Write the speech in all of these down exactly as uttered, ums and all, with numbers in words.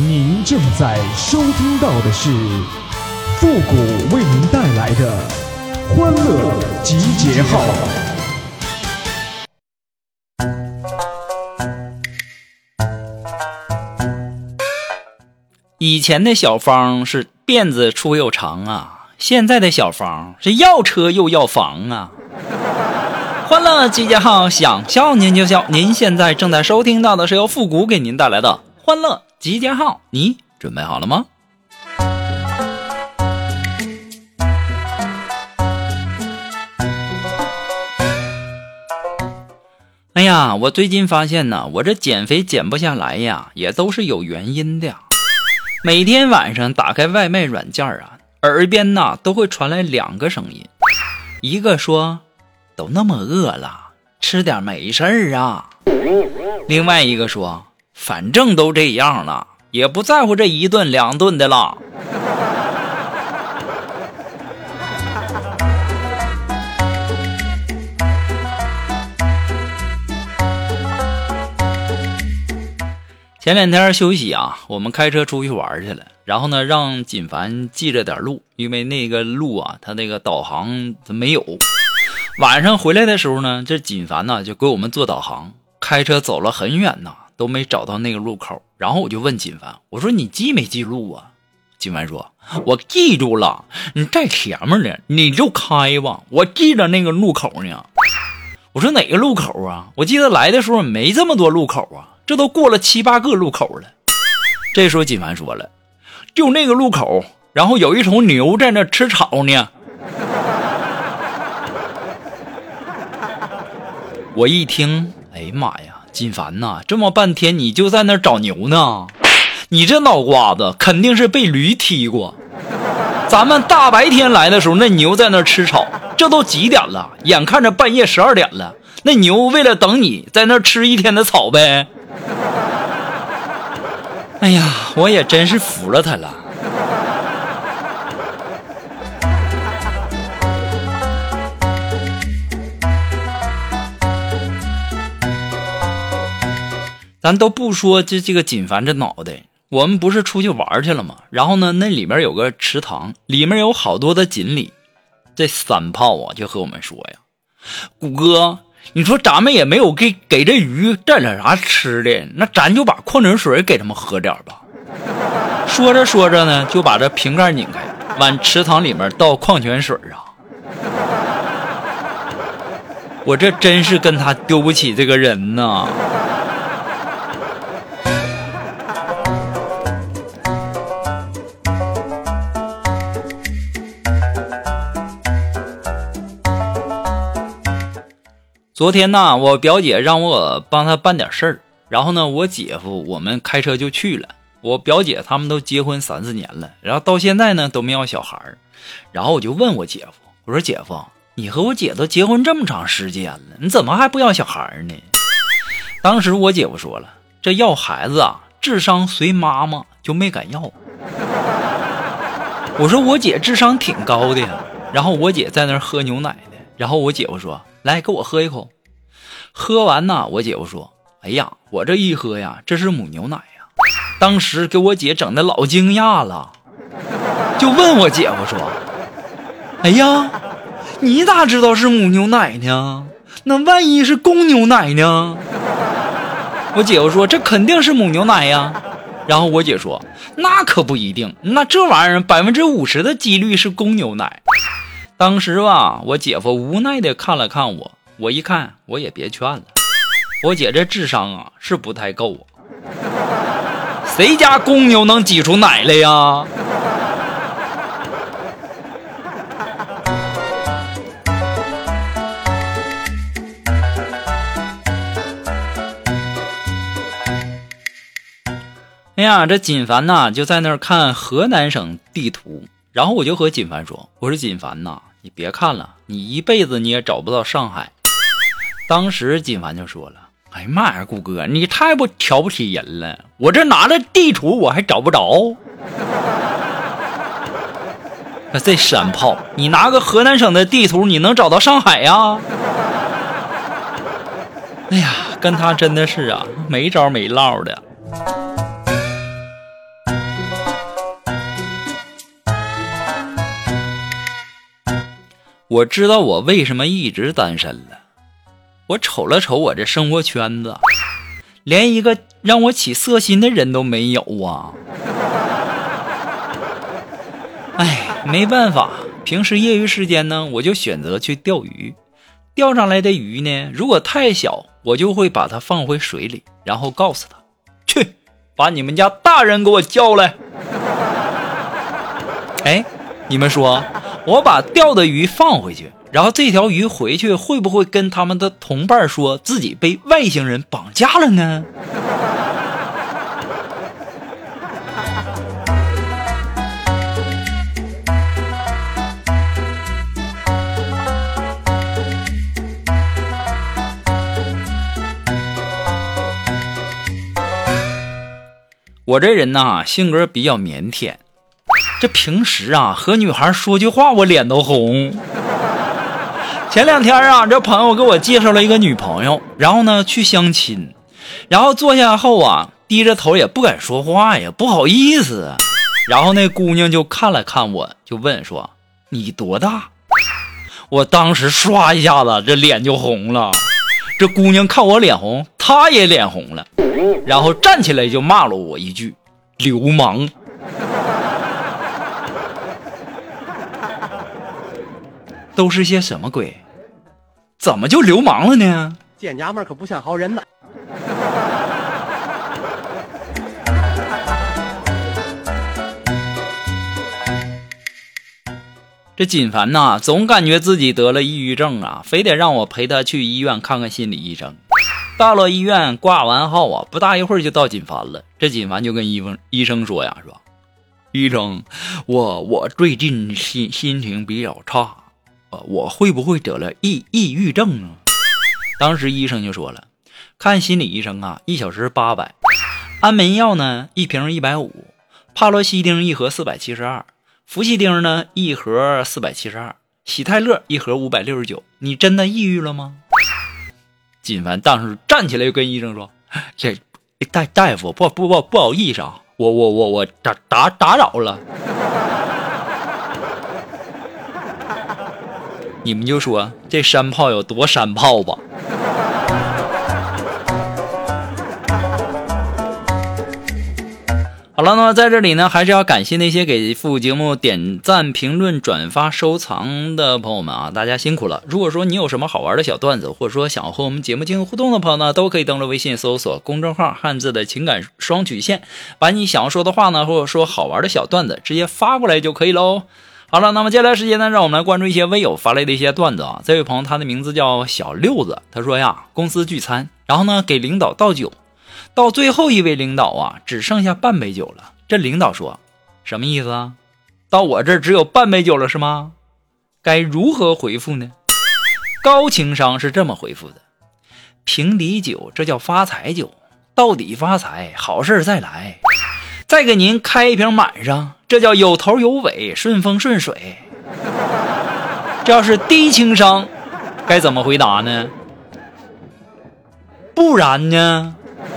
您正在收听到的是复古为您带来的欢乐集结号。 以前的小芳是辫子粗又长啊，现在的小芳是要车又要房啊。欢乐集结号，想笑您就笑。您现在正在收听到的是由复古给您带来的欢乐集结号，你准备好了吗？哎呀，我最近发现呢，我这减肥减不下来呀，也都是有原因的。每天晚上打开外卖软件啊，耳边呢都会传来两个声音，一个说都那么饿了，吃点没事儿啊。另外一个说反正都这样了，也不在乎这一顿两顿的了。前两天休息啊，我们开车出去玩去了，然后呢让锦凡记着点路，因为那个路啊他那个导航它没有。晚上回来的时候呢，这锦凡呢就给我们做导航，开车走了很远呢都没找到那个路口。然后我就问锦凡，我说你记没记路啊？锦凡说我记住了，你在前面呢，你就开吧，我记着那个路口呢。我说哪个路口啊？我记得来的时候没这么多路口啊，这都过了七八个路口了。这时候锦凡说了，就那个路口，然后有一头牛在那吃草呢。我一听，哎呀妈呀，锦凡呐，这么半天你就在那找牛呢？你这脑瓜子肯定是被驴踢过。咱们大白天来的时候，那牛在那吃草，这都几点了？眼看着半夜十二点了，那牛为了等你在那吃一天的草呗。哎呀，我也真是服了他了。咱都不说这这个锦凡这脑袋，我们不是出去玩去了吗？然后呢，那里面有个池塘，里面有好多的锦鲤。这三炮啊就和我们说呀，谷哥，你说咱们也没有给给这鱼带点啥吃的，那咱就把矿泉水给他们喝点吧。说着说着呢，就把这瓶盖拧开，往池塘里面倒矿泉水啊。我这真是跟他丢不起这个人呐。昨天呢，我表姐让我帮她办点事儿，然后呢，我姐夫我们开车就去了。我表姐他们都结婚三四年了，然后到现在呢都没有小孩。然后我就问我姐夫，我说姐夫，你和我姐都结婚这么长时间了，你怎么还不要小孩呢？当时我姐夫说了，这要孩子啊，智商随妈妈，就没敢要。我说我姐智商挺高的呀。然后我姐在那儿喝牛奶呢，然后我姐夫说，来给我喝一口。喝完呢，我姐夫说，哎呀，我这一喝呀，这是母牛奶呀。当时给我姐整的老惊讶了，就问我姐夫说，哎呀，你咋知道是母牛奶呢？那万一是公牛奶呢？我姐夫说，这肯定是母牛奶呀。然后我姐说，那可不一定，那这玩意儿百分之五十的几率是公牛奶。当时吧，我姐夫无奈的看了看我，我一看我也别劝了，我姐这智商啊是不太够啊，谁家公牛能挤出奶来呀？哎呀，这锦凡呐就在那儿看河南省地图，然后我就和锦凡说，我说锦凡呐，你别看了，你一辈子你也找不到上海。当时锦凡就说了，哎呀妈呀，谷哥，你太不瞧不起人了，我这拿着地图我还找不着。这山炮，你拿个河南省的地图你能找到上海呀？哎呀，跟他真的是啊没招没落的。 我知道我为什么一直单身了。我瞅了瞅我这生活圈子，连一个让我起色心的人都没有啊。哎，没办法，平时业余时间呢，我就选择去钓鱼。钓上来的鱼呢，如果太小，我就会把它放回水里，然后告诉他，去把你们家大人给我叫来。哎，你们说我把钓的鱼放回去，然后这条鱼回去会不会跟他们的同伴说自己被外星人绑架了呢？我这人呐，性格比较腼腆，这平时啊和女孩说句话我脸都红。前两天啊，这朋友给我介绍了一个女朋友，然后呢去相亲，然后坐下后啊低着头也不敢说话呀，不好意思。然后那姑娘就看了看我，就问说你多大？我当时刷一下子这脸就红了。这姑娘看我脸红，她也脸红了，然后站起来就骂了我一句流氓。都是些什么鬼？怎么就流氓了呢？ 见娘们可不像好人呢。 这锦凡呐，总感觉自己得了抑郁症啊，非得让我陪他去医院看看心理医生。到了医院挂完号啊，不大一会儿就到锦凡了。这锦凡就跟医生医生说呀，说医生，我我最近心心情比较差，呃，我会不会得了抑抑郁症呢？当时医生就说了，看心理医生啊，一小时八百，安眠药呢一瓶一百五，帕罗西丁一盒四百七十二。氟西丁呢一盒四百七十二，喜泰勒一盒五百六十九。你真的抑郁了吗？锦凡当时站起来就跟医生说，这大大夫不不不不好意思啊，我我我我打打打扰了。你们就说这山炮有多山炮吧。好了，那么在这里呢，还是要感谢那些给复古节目点赞、评论、转发、收藏的朋友们啊，大家辛苦了。如果说你有什么好玩的小段子，或者说想要和我们节目进行互动的朋友呢，都可以登录微信搜索公众号汉字的情感双曲线，把你想要说的话呢，或者说好玩的小段子直接发过来就可以喽。好了，那么接下来时间呢，让我们来关注一些微友发来的一些段子啊。这位朋友他的名字叫小六子，他说呀，公司聚餐，然后呢给领导倒酒，到最后一位领导啊，只剩下半杯酒了。这领导说，什么意思啊？到我这儿只有半杯酒了是吗？该如何回复呢？高情商是这么回复的，平底酒这叫发财酒，到底发财，好事再来，再给您开一瓶满上，这叫有头有尾，顺风顺水。这要是低情商该怎么回答呢？不然呢？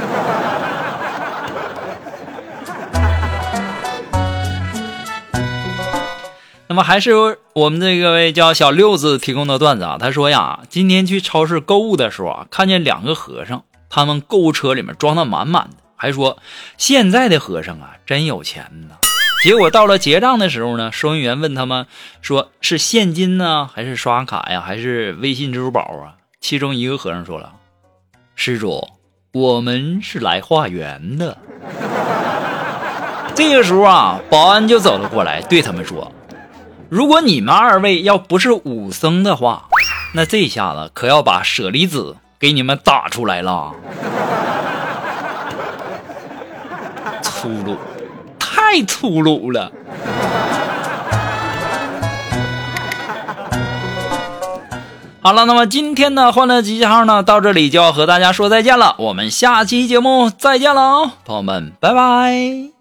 那么还是我们这个位叫小六子提供的段子啊，他说呀，今天去超市购物的时候啊，看见两个和尚，他们购物车里面装得满满的，还说现在的和尚啊真有钱呢。结果到了结账的时候呢，收银员问他们说是现金呢，还是刷卡呀，还是微信支付宝啊？其中一个和尚说了，施主，我们是来化缘的。这个时候啊，保安就走了过来，对他们说，如果你们二位要不是武僧的话，那这下子可要把舍利子给你们打出来了。粗鲁，太粗鲁了。好了，那么今天的欢乐集结号呢，到这里就要和大家说再见了，我们下期节目再见了，朋友们，拜拜。